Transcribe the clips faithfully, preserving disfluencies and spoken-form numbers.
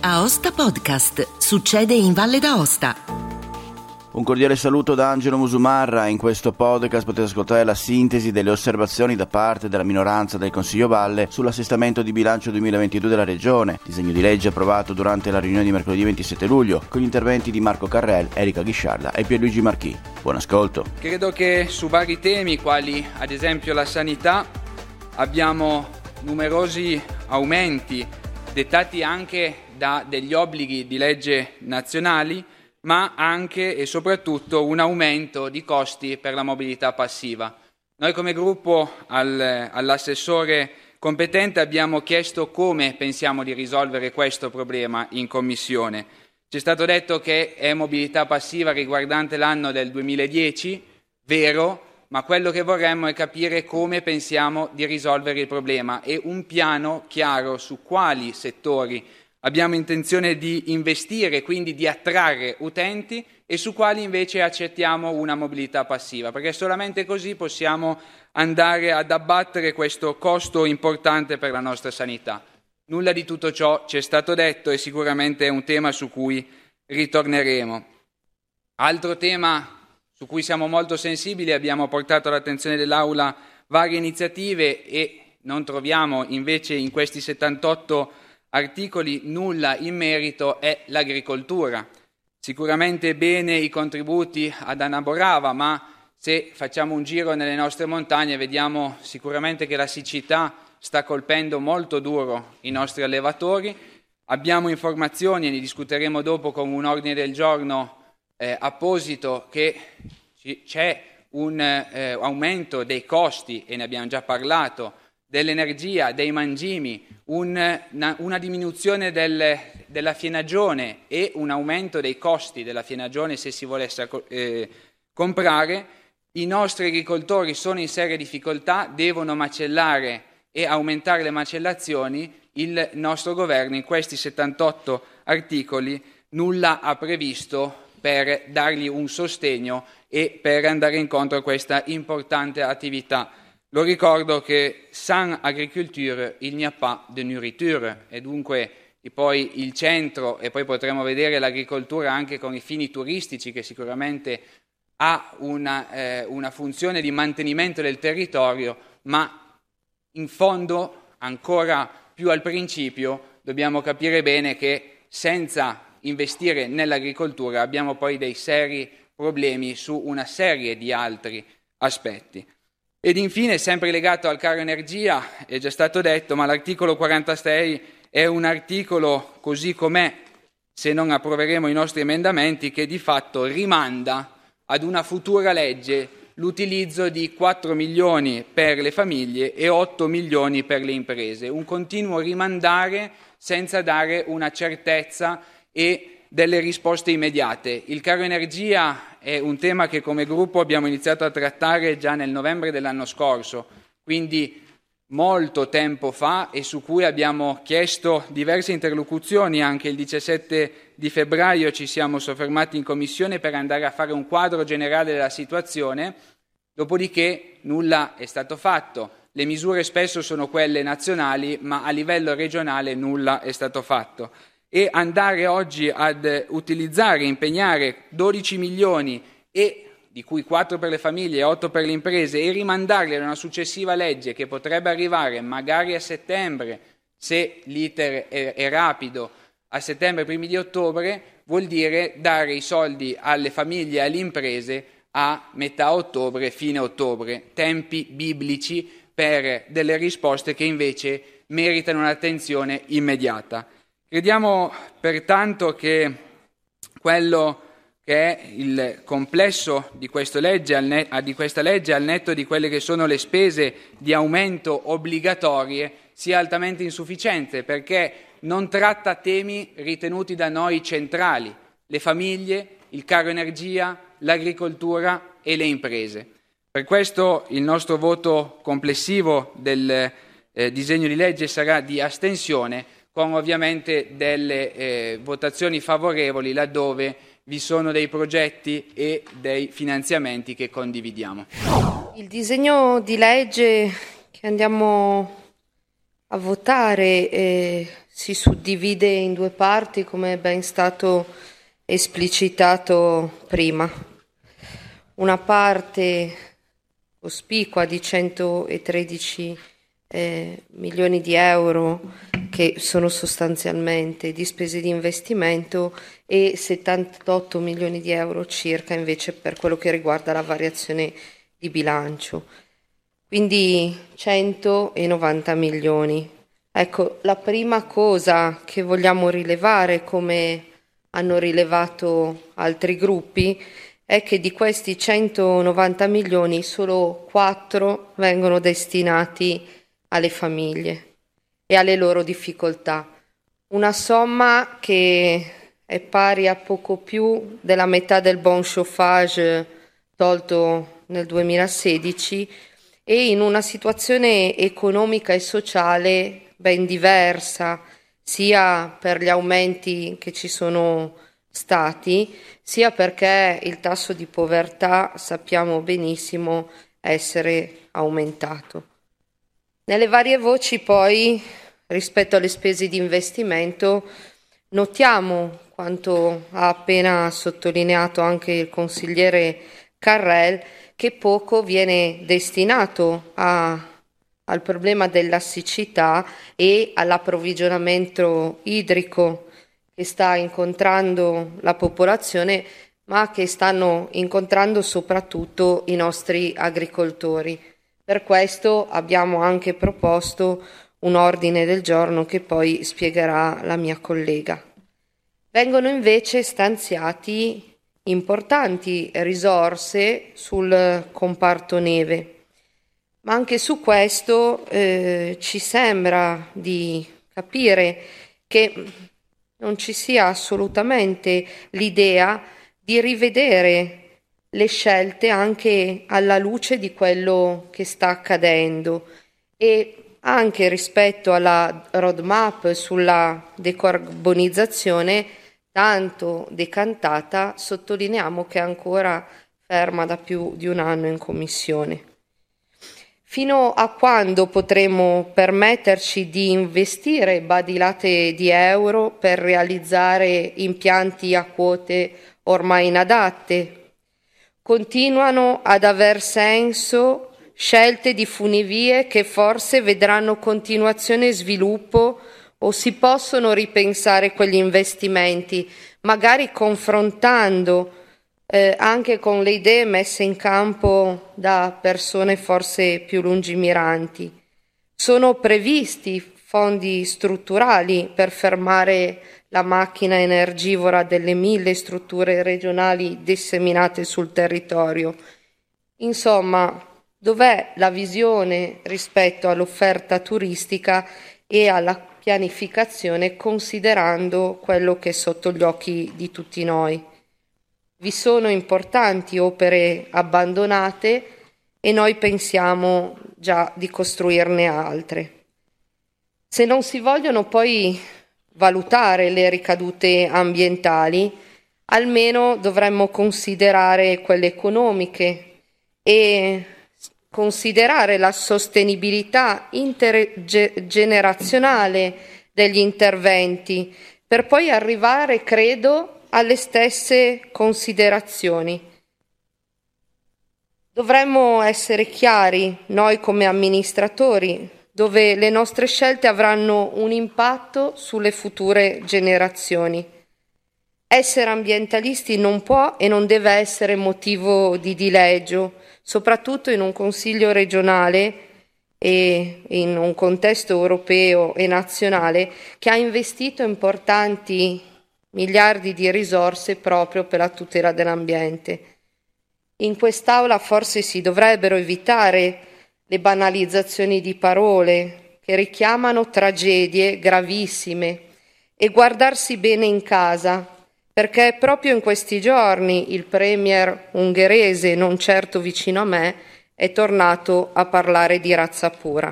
Aosta Podcast. Succede in Valle d'Aosta. Un cordiale saluto da Angelo Musumarra. In questo podcast potete ascoltare la sintesi delle osservazioni da parte della minoranza del Consiglio Valle sull'assestamento di bilancio duemilaventidue della Regione, disegno di legge approvato durante la riunione di mercoledì ventisette luglio, con gli interventi di Marco Carrel, Erika Ghisciarda e Pierluigi Marchì. Buon ascolto. Credo che su vari temi, quali ad esempio la sanità, abbiamo numerosi aumenti dettati anche da degli obblighi di legge nazionali, ma anche e soprattutto un aumento di costi per la mobilità passiva. Noi come gruppo al, all'assessore competente abbiamo chiesto come pensiamo di risolvere questo problema in commissione. Ci è stato detto che è mobilità passiva riguardante l'anno del duemiladieci, vero, ma quello che vorremmo è capire come pensiamo di risolvere il problema e un piano chiaro su quali settori abbiamo intenzione di investire, quindi di attrarre utenti, e su quali invece accettiamo una mobilità passiva, perché solamente così possiamo andare ad abbattere questo costo importante per la nostra sanità. Nulla di tutto ciò ci è stato detto e sicuramente è un tema su cui ritorneremo. Altro tema su cui siamo molto sensibili, abbiamo portato all'attenzione dell'Aula varie iniziative e non troviamo invece in questi settantotto articoli nulla in merito, è l'agricoltura. Sicuramente bene i contributi ad Anaborava, ma se facciamo un giro nelle nostre montagne vediamo sicuramente che la siccità sta colpendo molto duro i nostri allevatori. Abbiamo informazioni, e ne discuteremo dopo con un ordine del giorno eh, apposito, che ci, c'è un eh, aumento dei costi, e ne abbiamo già parlato, dell'energia, dei mangimi, un, una, una diminuzione del, della fienagione e un aumento dei costi della fienagione se si volesse eh, comprare. I nostri agricoltori sono in seria difficoltà, devono macellare e aumentare le macellazioni. Il nostro governo in questi settantotto articoli nulla ha previsto per dargli un sostegno e per andare incontro a questa importante attività. Lo ricordo che sans agriculture il n'y a pas de nourriture, e dunque e poi il centro, e poi potremo vedere l'agricoltura anche con i fini turistici, che sicuramente ha una, eh, una funzione di mantenimento del territorio, ma in fondo, ancora più al principio, dobbiamo capire bene che senza investire nell'agricoltura abbiamo poi dei seri problemi su una serie di altri aspetti. Ed infine, sempre legato al caro energia, è già stato detto, ma l'articolo quarantasei è un articolo così com'è, se non approveremo i nostri emendamenti, che di fatto rimanda ad una futura legge l'utilizzo di quattro milioni per le famiglie e otto milioni per le imprese. Un continuo rimandare senza dare una certezza e delle risposte immediate. Il caro energia è un tema che come gruppo abbiamo iniziato a trattare già nel novembre dell'anno scorso, quindi molto tempo fa, e su cui abbiamo chiesto diverse interlocuzioni. Anche il diciassette di febbraio ci siamo soffermati in commissione per andare a fare un quadro generale della situazione, dopodiché nulla è stato fatto. Le misure spesso sono quelle nazionali, ma a livello regionale nulla è stato fatto. E andare oggi ad utilizzare, impegnare dodici milioni, e di cui quattro per le famiglie e otto per le imprese, e rimandarli ad una successiva legge che potrebbe arrivare magari a settembre, se l'iter è, è rapido, a settembre, primi di ottobre, vuol dire dare i soldi alle famiglie e alle imprese a metà ottobre, fine ottobre, tempi biblici per delle risposte che invece meritano un'attenzione immediata. Crediamo pertanto che quello che è il complesso di, questo legge, al net, di questa legge, al netto di quelle che sono le spese di aumento obbligatorie, sia altamente insufficiente, perché non tratta temi ritenuti da noi centrali: le famiglie, il caro energia, l'agricoltura e le imprese. Per questo il nostro voto complessivo del eh, disegno di legge sarà di astensione, con ovviamente delle eh, votazioni favorevoli laddove vi sono dei progetti e dei finanziamenti che condividiamo. Il disegno di legge che andiamo a votare eh, si suddivide in due parti, come è ben stato esplicitato prima. Una parte cospicua di centotredici eh, milioni di euro, che sono sostanzialmente di spese di investimento, e settantotto milioni di euro circa invece per quello che riguarda la variazione di bilancio. Quindi centonovanta milioni. Ecco, la prima cosa che vogliamo rilevare, come hanno rilevato altri gruppi, è che di questi centonovanta milioni solo quattro vengono destinati alle famiglie e alle loro difficoltà. Una somma che è pari a poco più della metà del bon chauffage tolto nel duemilasedici, e in una situazione economica e sociale ben diversa, sia per gli aumenti che ci sono stati, sia perché il tasso di povertà sappiamo benissimo essere aumentato. Nelle varie voci poi, rispetto alle spese di investimento, notiamo quanto ha appena sottolineato anche il consigliere Carrel, che poco viene destinato a, al problema della siccità e all'approvvigionamento idrico che sta incontrando la popolazione, ma che stanno incontrando soprattutto i nostri agricoltori. Per questo abbiamo anche proposto un ordine del giorno che poi spiegherà la mia collega. Vengono invece stanziati importanti risorse sul comparto neve, ma anche su questo eh, ci sembra di capire che non ci sia assolutamente l'idea di rivedere le scelte anche alla luce di quello che sta accadendo, e anche rispetto alla roadmap sulla decarbonizzazione tanto decantata, sottolineiamo che è ancora ferma da più di un anno in Commissione. Fino a quando potremo permetterci di investire badilate di euro per realizzare impianti a quote ormai inadatte? Continuano ad aver senso scelte di funivie che forse vedranno continuazione e sviluppo, o si possono ripensare quegli investimenti, magari confrontando eh, anche con le idee messe in campo da persone forse più lungimiranti? Sono previsti fondi strutturali per fermare la macchina energivora delle mille strutture regionali disseminate sul territorio? Insomma, dov'è la visione rispetto all'offerta turistica e alla pianificazione, considerando quello che è sotto gli occhi di tutti noi? Vi sono importanti opere abbandonate e noi pensiamo già di costruirne altre. Se non si vogliono poi valutare le ricadute ambientali, almeno dovremmo considerare quelle economiche e considerare la sostenibilità intergenerazionale degli interventi, per poi arrivare, credo, alle stesse considerazioni. Dovremmo essere chiari, noi come amministratori, dove le nostre scelte avranno un impatto sulle future generazioni. Essere ambientalisti non può e non deve essere motivo di dilegio, soprattutto in un Consiglio regionale e in un contesto europeo e nazionale che ha investito importanti miliardi di risorse proprio per la tutela dell'ambiente. In quest'Aula forse si dovrebbero evitare le banalizzazioni di parole che richiamano tragedie gravissime e guardarsi bene in casa, perché proprio in questi giorni il premier ungherese, non certo vicino a me, è tornato a parlare di razza pura.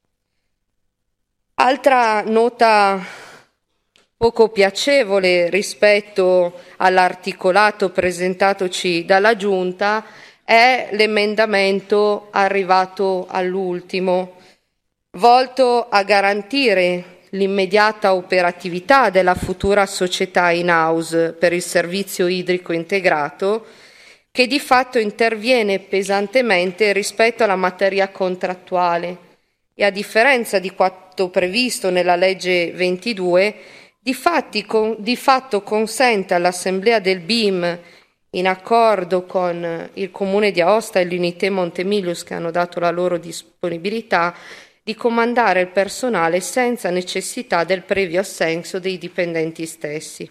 Altra nota poco piacevole rispetto all'articolato presentatoci dalla Giunta è l'emendamento arrivato all'ultimo, volto a garantire l'immediata operatività della futura società in-house per il servizio idrico integrato, che di fatto interviene pesantemente rispetto alla materia contrattuale e, a differenza di quanto previsto nella legge ventidue, di, fatti, con, di fatto consente all'Assemblea del B I M, in accordo con il Comune di Aosta e l'Unité Montemilius, che hanno dato la loro disponibilità, di comandare il personale senza necessità del previo assenso dei dipendenti stessi.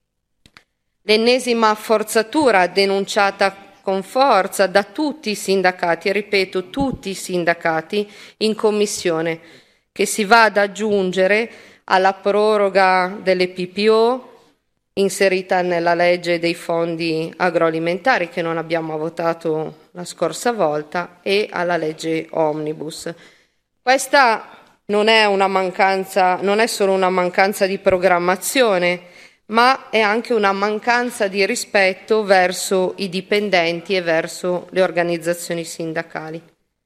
L'ennesima forzatura denunciata con forza da tutti i sindacati, e ripeto tutti i sindacati, in commissione, che si va ad aggiungere alla proroga delle P P O inserita nella legge dei fondi agroalimentari, che non abbiamo votato la scorsa volta, e alla legge Omnibus. Questa non è una mancanza, non è solo una mancanza di programmazione, ma è anche una mancanza di rispetto verso i dipendenti e verso le organizzazioni sindacali.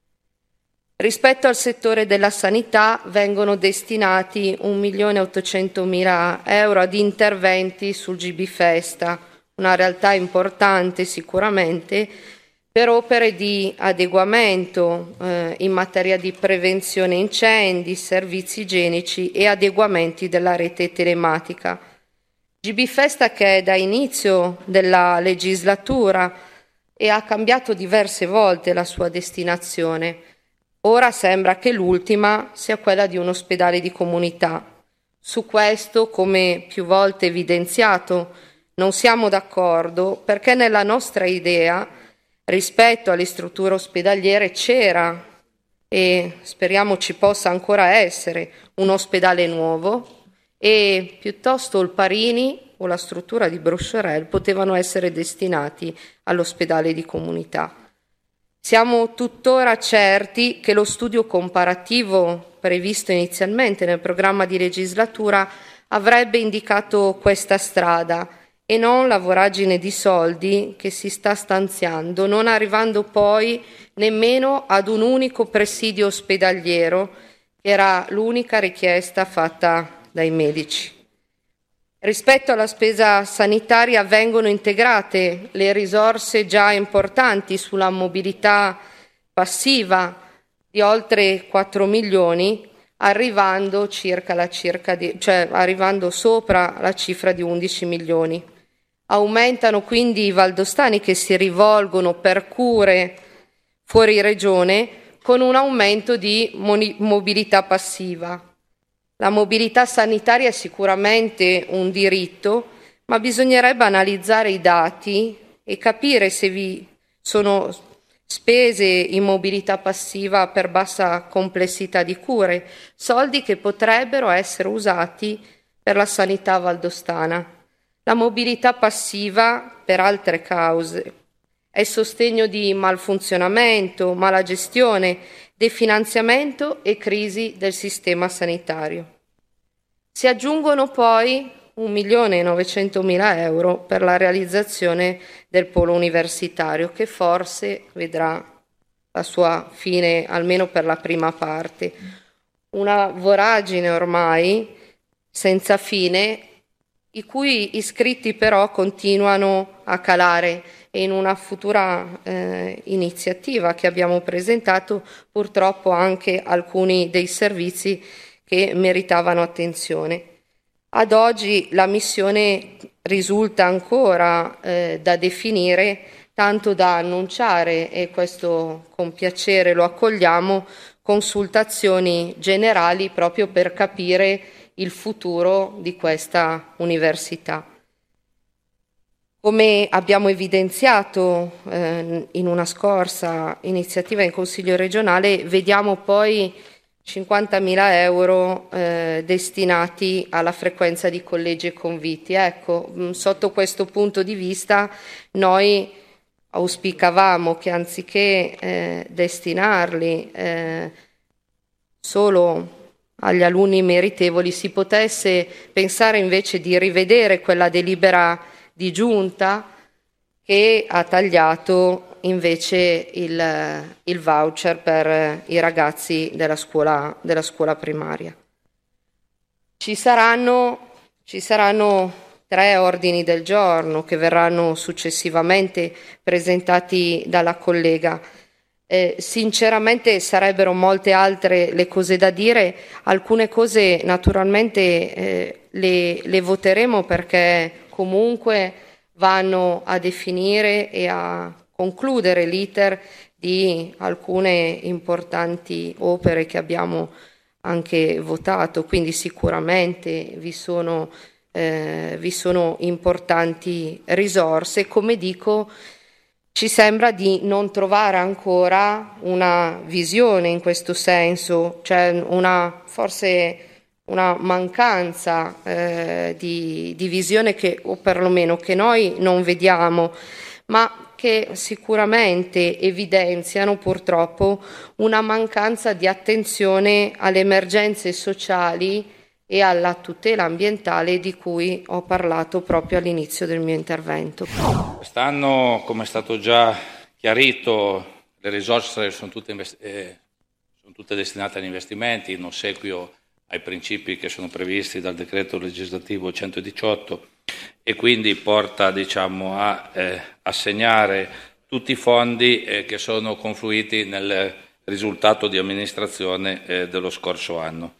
Rispetto al settore della sanità vengono destinati un milione ottocentomila euro ad interventi sul G B Festa, una realtà importante sicuramente, per opere di adeguamento eh, in materia di prevenzione incendi, servizi igienici e adeguamenti della rete telematica. G B Festa che è da inizio della legislatura e ha cambiato diverse volte la sua destinazione. Ora sembra che l'ultima sia quella di un ospedale di comunità. Su questo, come più volte evidenziato, non siamo d'accordo, perché nella nostra idea, rispetto alle strutture ospedaliere, c'era, e speriamo ci possa ancora essere, un ospedale nuovo, e piuttosto il Parini o la struttura di Broscherel potevano essere destinati all'ospedale di comunità. Siamo tuttora certi che lo studio comparativo previsto inizialmente nel programma di legislatura avrebbe indicato questa strada e non la voragine di soldi che si sta stanziando, non arrivando poi nemmeno ad un unico presidio ospedaliero, che era l'unica richiesta fatta dai medici. Rispetto alla spesa sanitaria vengono integrate le risorse già importanti sulla mobilità passiva di oltre quattro milioni, arrivando circa la circa di, cioè arrivando sopra la cifra di undici milioni. Aumentano quindi i valdostani che si rivolgono per cure fuori regione con un aumento di mobilità passiva. La mobilità sanitaria è sicuramente un diritto, ma bisognerebbe analizzare i dati e capire se vi sono spese in mobilità passiva per bassa complessità di cure, soldi che potrebbero essere usati per la sanità valdostana. La mobilità passiva, per altre cause, è sostegno di malfunzionamento, mala gestione, definanziamento e crisi del sistema sanitario. Si aggiungono poi un milione e novecentomila euro per la realizzazione del polo universitario, che forse vedrà la sua fine almeno per la prima parte. Una voragine ormai senza fine, i cui iscritti però continuano a calare, e in una futura eh, iniziativa che abbiamo presentato purtroppo anche alcuni dei servizi che meritavano attenzione. Ad oggi la missione risulta ancora eh, da definire, tanto da annunciare, e questo con piacere lo accogliamo, consultazioni generali proprio per capire il futuro di questa università. Come abbiamo evidenziato eh, in una scorsa iniziativa in Consiglio regionale, vediamo poi cinquantamila euro eh, destinati alla frequenza di collegi e conviti. Ecco, mh, sotto questo punto di vista noi auspicavamo che anziché eh, destinarli eh, solo agli alunni meritevoli, si potesse pensare invece di rivedere quella delibera di giunta che ha tagliato invece il, il voucher per i ragazzi della scuola, della scuola primaria. Ci saranno, ci saranno tre ordini del giorno che verranno successivamente presentati dalla collega. Eh, sinceramente sarebbero molte altre le cose da dire, alcune cose naturalmente eh, le, le voteremo perché comunque vanno a definire e a concludere l'iter di alcune importanti opere che abbiamo anche votato, quindi sicuramente vi sono, eh, vi sono importanti risorse. Come dico, ci sembra di non trovare ancora una visione in questo senso, cioè una, forse una mancanza eh, di, di visione che, o perlomeno che noi non vediamo, ma che sicuramente evidenziano purtroppo una mancanza di attenzione alle emergenze sociali e alla tutela ambientale di cui ho parlato proprio all'inizio del mio intervento. Quest'anno, come è stato già chiarito, le risorse sono tutte, invest- eh, sono tutte destinate agli investimenti in ossequio ai principi che sono previsti dal decreto legislativo centodiciotto e quindi porta, diciamo, a eh, assegnare tutti i fondi eh, che sono confluiti nel risultato di amministrazione eh, dello scorso anno.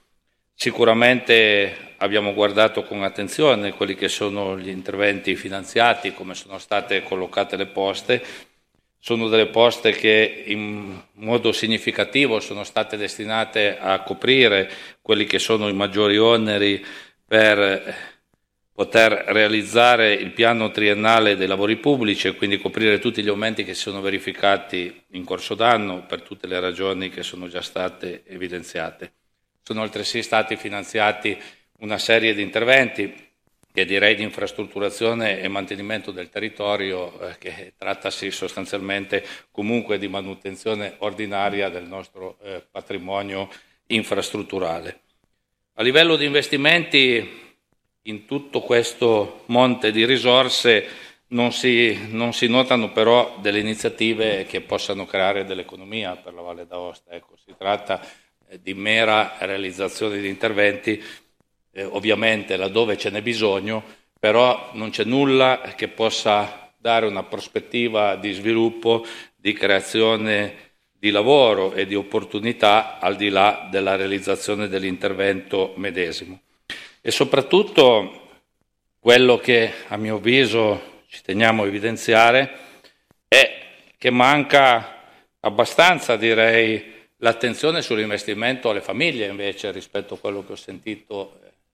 Sicuramente abbiamo guardato con attenzione quelli che sono gli interventi finanziati, come sono state collocate le poste. Sono delle poste che in modo significativo sono state destinate a coprire quelli che sono i maggiori oneri per poter realizzare il piano triennale dei lavori pubblici e quindi coprire tutti gli aumenti che si sono verificati in corso d'anno per tutte le ragioni che sono già state evidenziate. Sono altresì stati finanziati una serie di interventi che direi di infrastrutturazione e mantenimento del territorio, eh, che trattasi sostanzialmente comunque di manutenzione ordinaria del nostro eh, patrimonio infrastrutturale. A livello di investimenti, in tutto questo monte di risorse non si, non si notano però delle iniziative che possano creare dell'economia per la Valle d'Aosta. Ecco, si tratta eh, di mera realizzazione di interventi, Eh, ovviamente laddove ce n'è bisogno, però non c'è nulla che possa dare una prospettiva di sviluppo, di creazione di lavoro e di opportunità al di là della realizzazione dell'intervento medesimo. E soprattutto quello che a mio avviso ci teniamo a evidenziare è che manca abbastanza, direi, l'attenzione sull'investimento alle famiglie invece rispetto a quello che ho sentito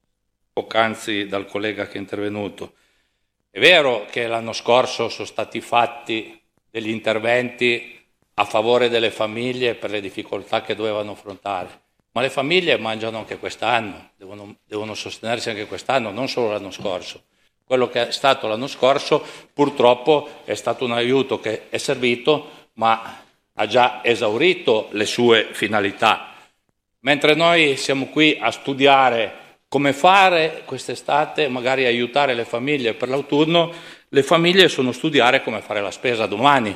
poc'anzi dal collega che è intervenuto. È vero che l'anno scorso sono stati fatti degli interventi a favore delle famiglie per le difficoltà che dovevano affrontare, ma le famiglie mangiano anche quest'anno, devono, devono sostenersi anche quest'anno, non solo l'anno scorso. Quello che è stato l'anno scorso purtroppo è stato un aiuto che è servito, ma ha già esaurito le sue finalità. Mentre noi siamo qui a studiare come fare quest'estate, magari aiutare le famiglie per l'autunno, le famiglie sono studiare come fare la spesa domani.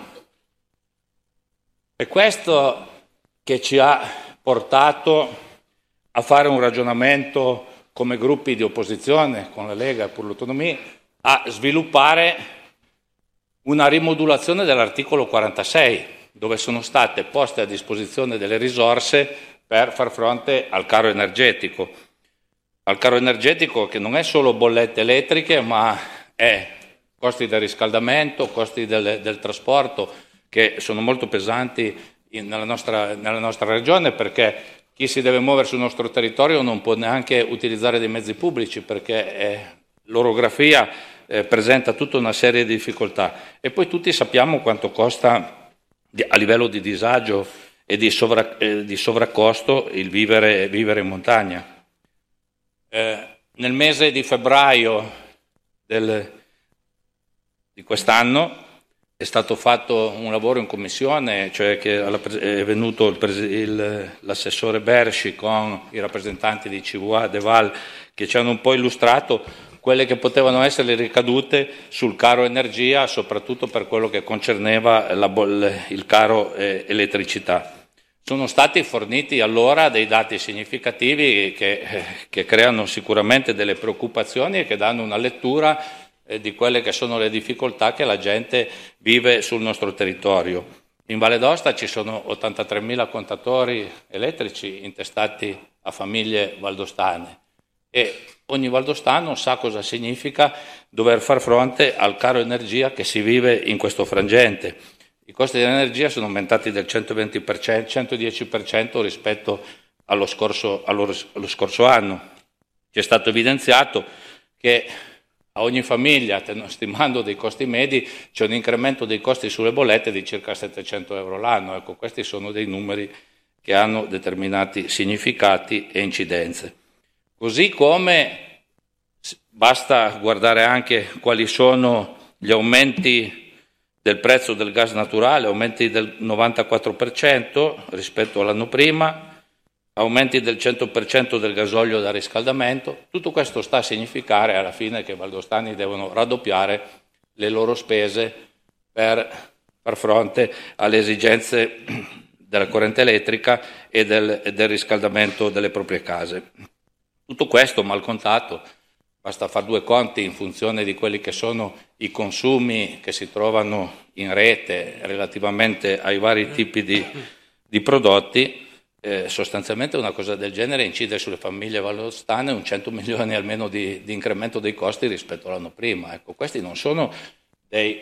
È questo che ci ha portato a fare un ragionamento come gruppi di opposizione, con la Lega e per l'Autonomia, a sviluppare una rimodulazione dell'articolo quarantasei, dove sono state poste a disposizione delle risorse per far fronte al caro energetico. Al caro energetico che non è solo bollette elettriche, ma è costi del riscaldamento, costi del, del trasporto, che sono molto pesanti in, nella, nostra, nella nostra regione, perché chi si deve muovere sul nostro territorio non può neanche utilizzare dei mezzi pubblici, perché eh, l'orografia eh, presenta tutta una serie di difficoltà. E poi tutti sappiamo quanto costa di, a livello di disagio e di, sovra, eh, di sovraccosto il vivere, vivere in montagna. Eh, nel mese di febbraio del, di quest'anno è stato fatto un lavoro in commissione, cioè che è venuto il, il, l'assessore Bersci con i rappresentanti di C V A, Deval, che ci hanno un po' illustrato quelle che potevano essere le ricadute sul caro energia, soprattutto per quello che concerneva la, il caro eh, elettricità. Sono stati forniti allora dei dati significativi che, che creano sicuramente delle preoccupazioni e che danno una lettura eh, di quelle che sono le difficoltà che la gente vive sul nostro territorio. In Valle d'Aosta ci sono ottantatremila contatori elettrici intestati a famiglie valdostane e ogni valdostano sa cosa significa dover far fronte al caro energia che si vive in questo frangente. I costi dell'energia sono aumentati del centoventi per cento, centodieci per cento rispetto allo scorso, allo, allo scorso anno. Ci è stato evidenziato che a ogni famiglia, stimando dei costi medi, c'è un incremento dei costi sulle bollette di circa settecento euro l'anno. Ecco, questi sono dei numeri che hanno determinati significati e incidenze. Così come basta guardare anche quali sono gli aumenti del prezzo del gas naturale, aumenti del novantaquattro per cento rispetto all'anno prima, aumenti del cento per cento del gasolio da riscaldamento. Tutto questo sta a significare alla fine che i valdostani devono raddoppiare le loro spese per far fronte alle esigenze della corrente elettrica e del, e del riscaldamento delle proprie case. Tutto questo mal contato, basta fare due conti in funzione di quelli che sono i consumi che si trovano in rete relativamente ai vari tipi di, di prodotti, eh, sostanzialmente una cosa del genere incide sulle famiglie valdostane un cento milioni almeno di, di incremento dei costi rispetto all'anno prima. Ecco, questi non sono dei,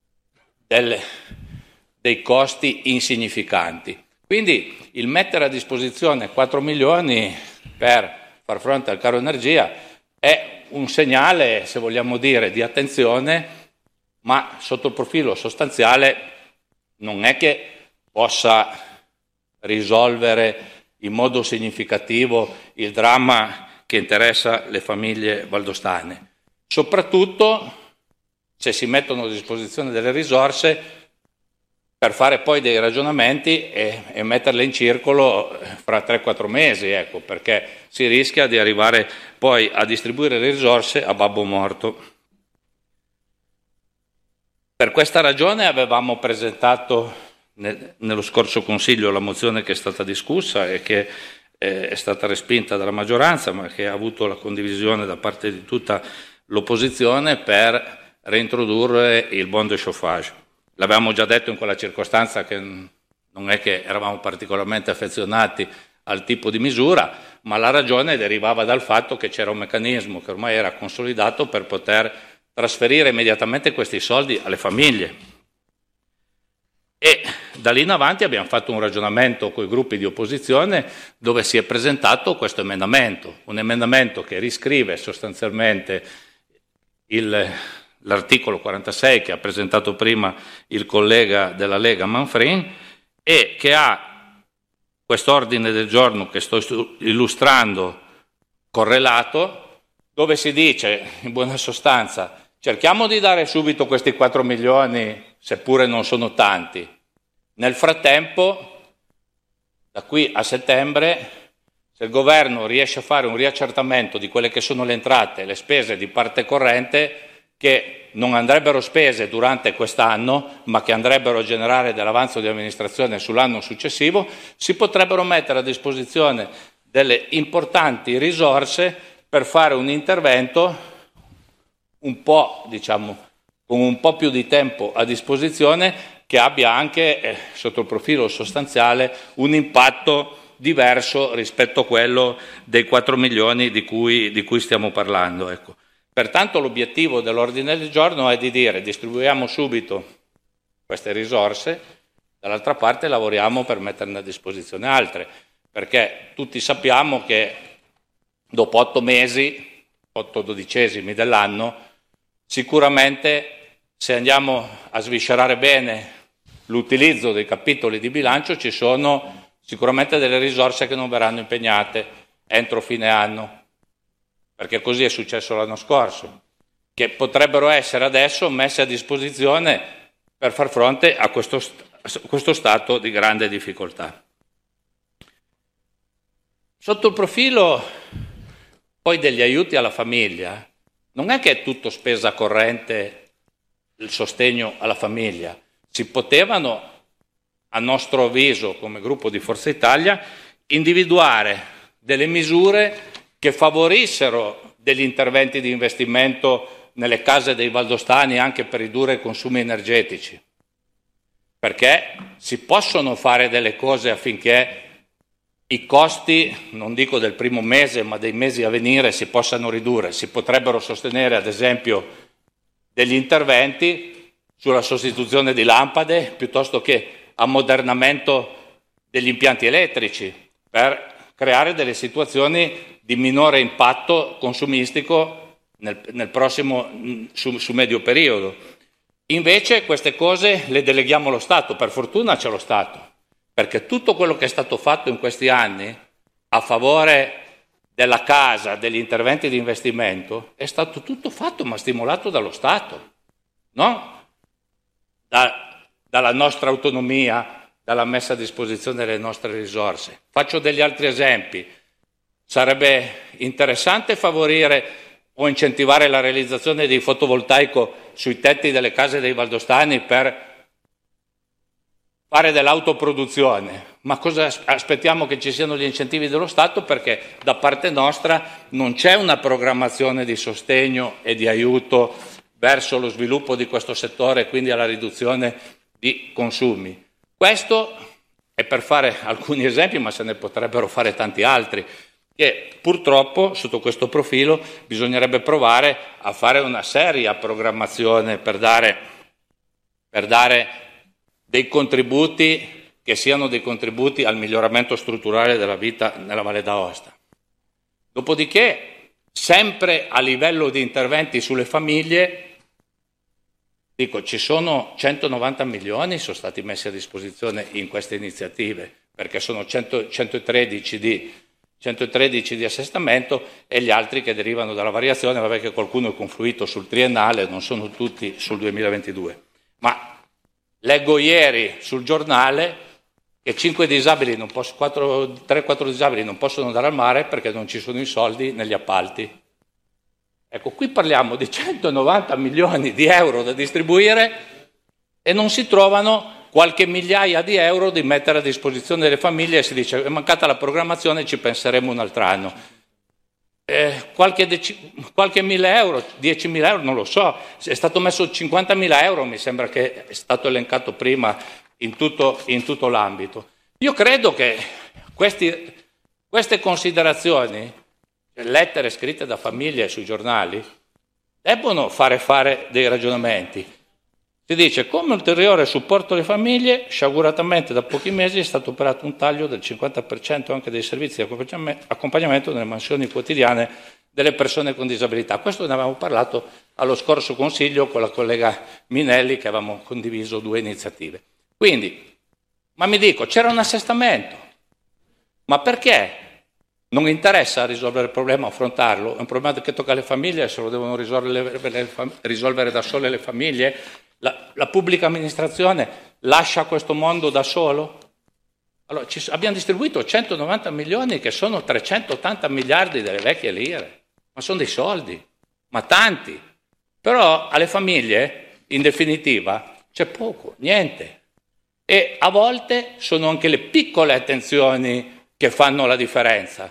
delle, dei costi insignificanti. Quindi il mettere a disposizione quattro milioni per far fronte al caro energia è un segnale, se vogliamo dire, di attenzione, ma sotto il profilo sostanziale non è che possa risolvere in modo significativo il dramma che interessa le famiglie valdostane. Soprattutto se si mettono a disposizione delle risorse per fare poi dei ragionamenti e, e metterle in circolo fra tre quattro mesi, ecco, perché si rischia di arrivare poi a distribuire le risorse a babbo morto. Per questa ragione avevamo presentato nel, nello scorso Consiglio la mozione che è stata discussa e che eh, è stata respinta dalla maggioranza, ma che ha avuto la condivisione da parte di tutta l'opposizione per reintrodurre il buon de chauffage. L'avevamo già detto in quella circostanza che non è che eravamo particolarmente affezionati al tipo di misura, ma la ragione derivava dal fatto che c'era un meccanismo che ormai era consolidato per poter trasferire immediatamente questi soldi alle famiglie. E da lì in avanti abbiamo fatto un ragionamento con i gruppi di opposizione dove si è presentato questo emendamento, un emendamento che riscrive sostanzialmente il l'articolo quarantasei che ha presentato prima il collega della Lega Manfrin e che ha quest'ordine del giorno che sto illustrando correlato, dove si dice in buona sostanza cerchiamo di dare subito questi quattro milioni seppure non sono tanti, nel frattempo da qui a settembre se il governo riesce a fare un riaccertamento di quelle che sono le entrate e le spese di parte corrente che non andrebbero spese durante quest'anno, ma che andrebbero a generare dell'avanzo di amministrazione sull'anno successivo, si potrebbero mettere a disposizione delle importanti risorse per fare un intervento un po', diciamo, con un po' più di tempo a disposizione che abbia anche, eh, sotto il profilo sostanziale, un impatto diverso rispetto a quello dei quattro milioni di cui, di cui stiamo parlando, ecco. Pertanto l'obiettivo dell'ordine del giorno è di dire distribuiamo subito queste risorse, dall'altra parte lavoriamo per metterne a disposizione altre, perché tutti sappiamo che dopo otto mesi, otto dodicesimi dell'anno, sicuramente se andiamo a sviscerare bene l'utilizzo dei capitoli di bilancio ci sono sicuramente delle risorse che non verranno impegnate entro fine anno, perché così è successo l'anno scorso, che potrebbero essere adesso messe a disposizione per far fronte a questo, a questo stato di grande difficoltà. Sotto il profilo poi degli aiuti alla famiglia, non è che è tutto spesa corrente il sostegno alla famiglia, si potevano a nostro avviso come gruppo di Forza Italia, individuare delle misure che favorissero degli interventi di investimento nelle case dei valdostani anche per ridurre i consumi energetici, perché si possono fare delle cose affinché i costi, non dico del primo mese, ma dei mesi a venire, si possano ridurre. Si potrebbero sostenere, ad esempio, degli interventi sulla sostituzione di lampade piuttosto che ammodernamento degli impianti elettrici per creare delle situazioni di minore impatto consumistico nel, nel prossimo, su, su medio periodo. Invece queste cose le deleghiamo allo Stato, per fortuna c'è lo Stato, perché tutto quello che è stato fatto in questi anni a favore della casa, degli interventi di investimento, è stato tutto fatto ma stimolato dallo Stato, no? Da, dalla nostra autonomia, dalla messa a disposizione delle nostre risorse. Faccio degli altri esempi. Sarebbe interessante favorire o incentivare la realizzazione di fotovoltaico sui tetti delle case dei valdostani per fare dell'autoproduzione, ma cosa aspettiamo che ci siano gli incentivi dello Stato? Perché da parte nostra non c'è una programmazione di sostegno e di aiuto verso lo sviluppo di questo settore e quindi alla riduzione di consumi. Questo è per fare alcuni esempi, ma se ne potrebbero fare tanti altri, che purtroppo sotto questo profilo bisognerebbe provare a fare una seria programmazione per dare, per dare dei contributi che siano dei contributi al miglioramento strutturale della vita nella Valle d'Aosta. Dopodiché, sempre a livello di interventi sulle famiglie, dico, ci sono centonovanta milioni sono stati messi a disposizione in queste iniziative, perché sono cento, centotredici di centotredici di assestamento e gli altri che derivano dalla variazione, vabbè che qualcuno è confluito sul triennale, non sono tutti sul duemilaventidue. Ma leggo ieri sul giornale che cinque disabili non posso, quattro, tre quattro disabili non possono andare al mare perché non ci sono i soldi negli appalti. Ecco, qui parliamo di centonovanta milioni di euro da distribuire e non si trovano qualche migliaia di euro di mettere a disposizione delle famiglie e si dice è mancata la programmazione, ci penseremo un altro anno. Eh, qualche, dec- qualche mila euro, diecimila euro, non lo so, è stato messo cinquantamila euro, mi sembra che è stato elencato prima in tutto, in tutto l'ambito. Io credo che questi, queste considerazioni, lettere scritte da famiglie sui giornali, debbono fare fare dei ragionamenti. Si dice, come ulteriore supporto alle famiglie, sciaguratamente da pochi mesi è stato operato un taglio del cinquanta per cento anche dei servizi di accompagnamento nelle mansioni quotidiane delle persone con disabilità. Questo ne avevamo parlato allo scorso Consiglio con la collega Minelli, che avevamo condiviso due iniziative. Quindi, ma mi dico, c'era un assestamento, ma perché non interessa risolvere il problema, affrontarlo? È un problema che tocca alle famiglie, se lo devono risolvere, risolvere da sole le famiglie? La, la pubblica amministrazione lascia questo mondo da solo? Allora, ci, abbiamo distribuito centonovanta milioni che sono trecentottanta miliardi delle vecchie lire, ma sono dei soldi, ma tanti. Però alle famiglie, in definitiva, c'è poco, niente. E a volte sono anche le piccole attenzioni che fanno la differenza.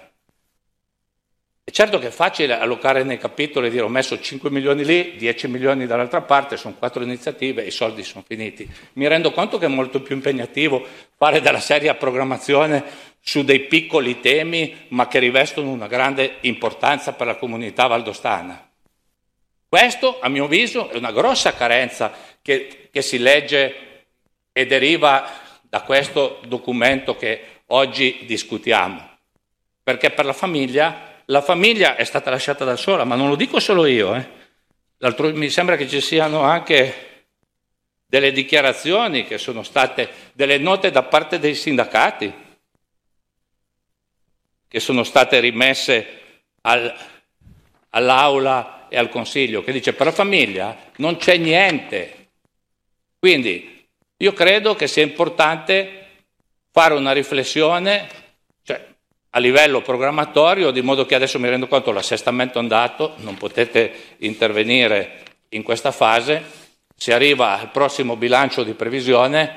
È certo che è facile allocare nei capitoli e dire ho messo cinque milioni lì, dieci milioni dall'altra parte, sono quattro iniziative e i soldi sono finiti. Mi rendo conto che è molto più impegnativo fare della seria programmazione su dei piccoli temi ma che rivestono una grande importanza per la comunità valdostana. Questo, a mio avviso, è una grossa carenza che, che si legge e deriva da questo documento che oggi discutiamo. Perché per la famiglia... La famiglia è stata lasciata da sola, ma non lo dico solo io. Eh. L'altro, mi sembra che ci siano anche delle dichiarazioni che sono state, delle note da parte dei sindacati, che sono state rimesse al, all'Aula e al Consiglio, che dice per la famiglia non c'è niente. Quindi io credo che sia importante fare una riflessione, cioè, a livello programmatorio, di modo che adesso mi rendo conto l'assestamento è andato, non potete intervenire in questa fase, si arriva al prossimo bilancio di previsione,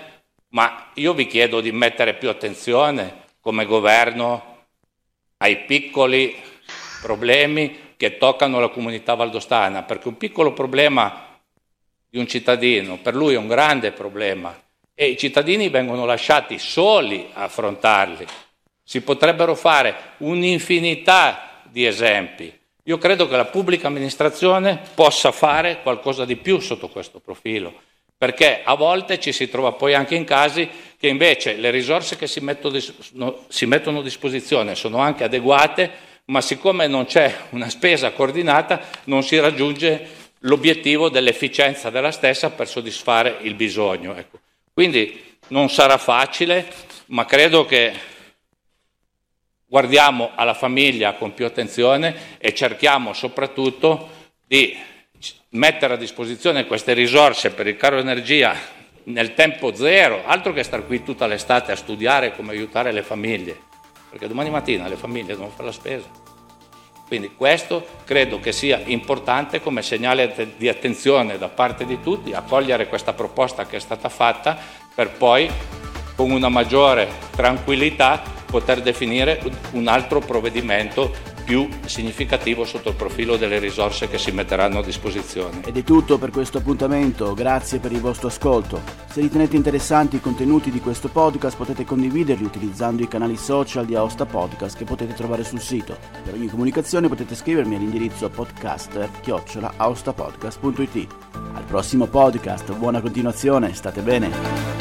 ma io vi chiedo di mettere più attenzione come governo ai piccoli problemi che toccano la comunità valdostana, perché un piccolo problema di un cittadino per lui è un grande problema e i cittadini vengono lasciati soli a affrontarli. Si potrebbero fare un'infinità di esempi. Io credo che la pubblica amministrazione possa fare qualcosa di più sotto questo profilo, perché a volte ci si trova poi anche in casi che invece le risorse che si mettono, si mettono a disposizione sono anche adeguate, ma siccome non c'è una spesa coordinata non si raggiunge l'obiettivo dell'efficienza della stessa per soddisfare il bisogno. Ecco. Quindi non sarà facile, ma credo che guardiamo alla famiglia con più attenzione e cerchiamo soprattutto di mettere a disposizione queste risorse per il caro energia nel tempo zero, altro che star qui tutta l'estate a studiare come aiutare le famiglie, perché domani mattina le famiglie devono fare la spesa. Quindi questo credo che sia importante come segnale di attenzione da parte di tutti, accogliere questa proposta che è stata fatta per poi con una maggiore tranquillità poter definire un altro provvedimento più significativo sotto il profilo delle risorse che si metteranno a disposizione. Ed è tutto per questo appuntamento, grazie per il vostro ascolto. Se ritenete interessanti i contenuti di questo podcast potete condividerli utilizzando i canali social di Aosta Podcast che potete trovare sul sito. Per ogni comunicazione potete scrivermi all'indirizzo podcaster chiocciola aostapodcast punto it. Al prossimo podcast, buona continuazione, state bene!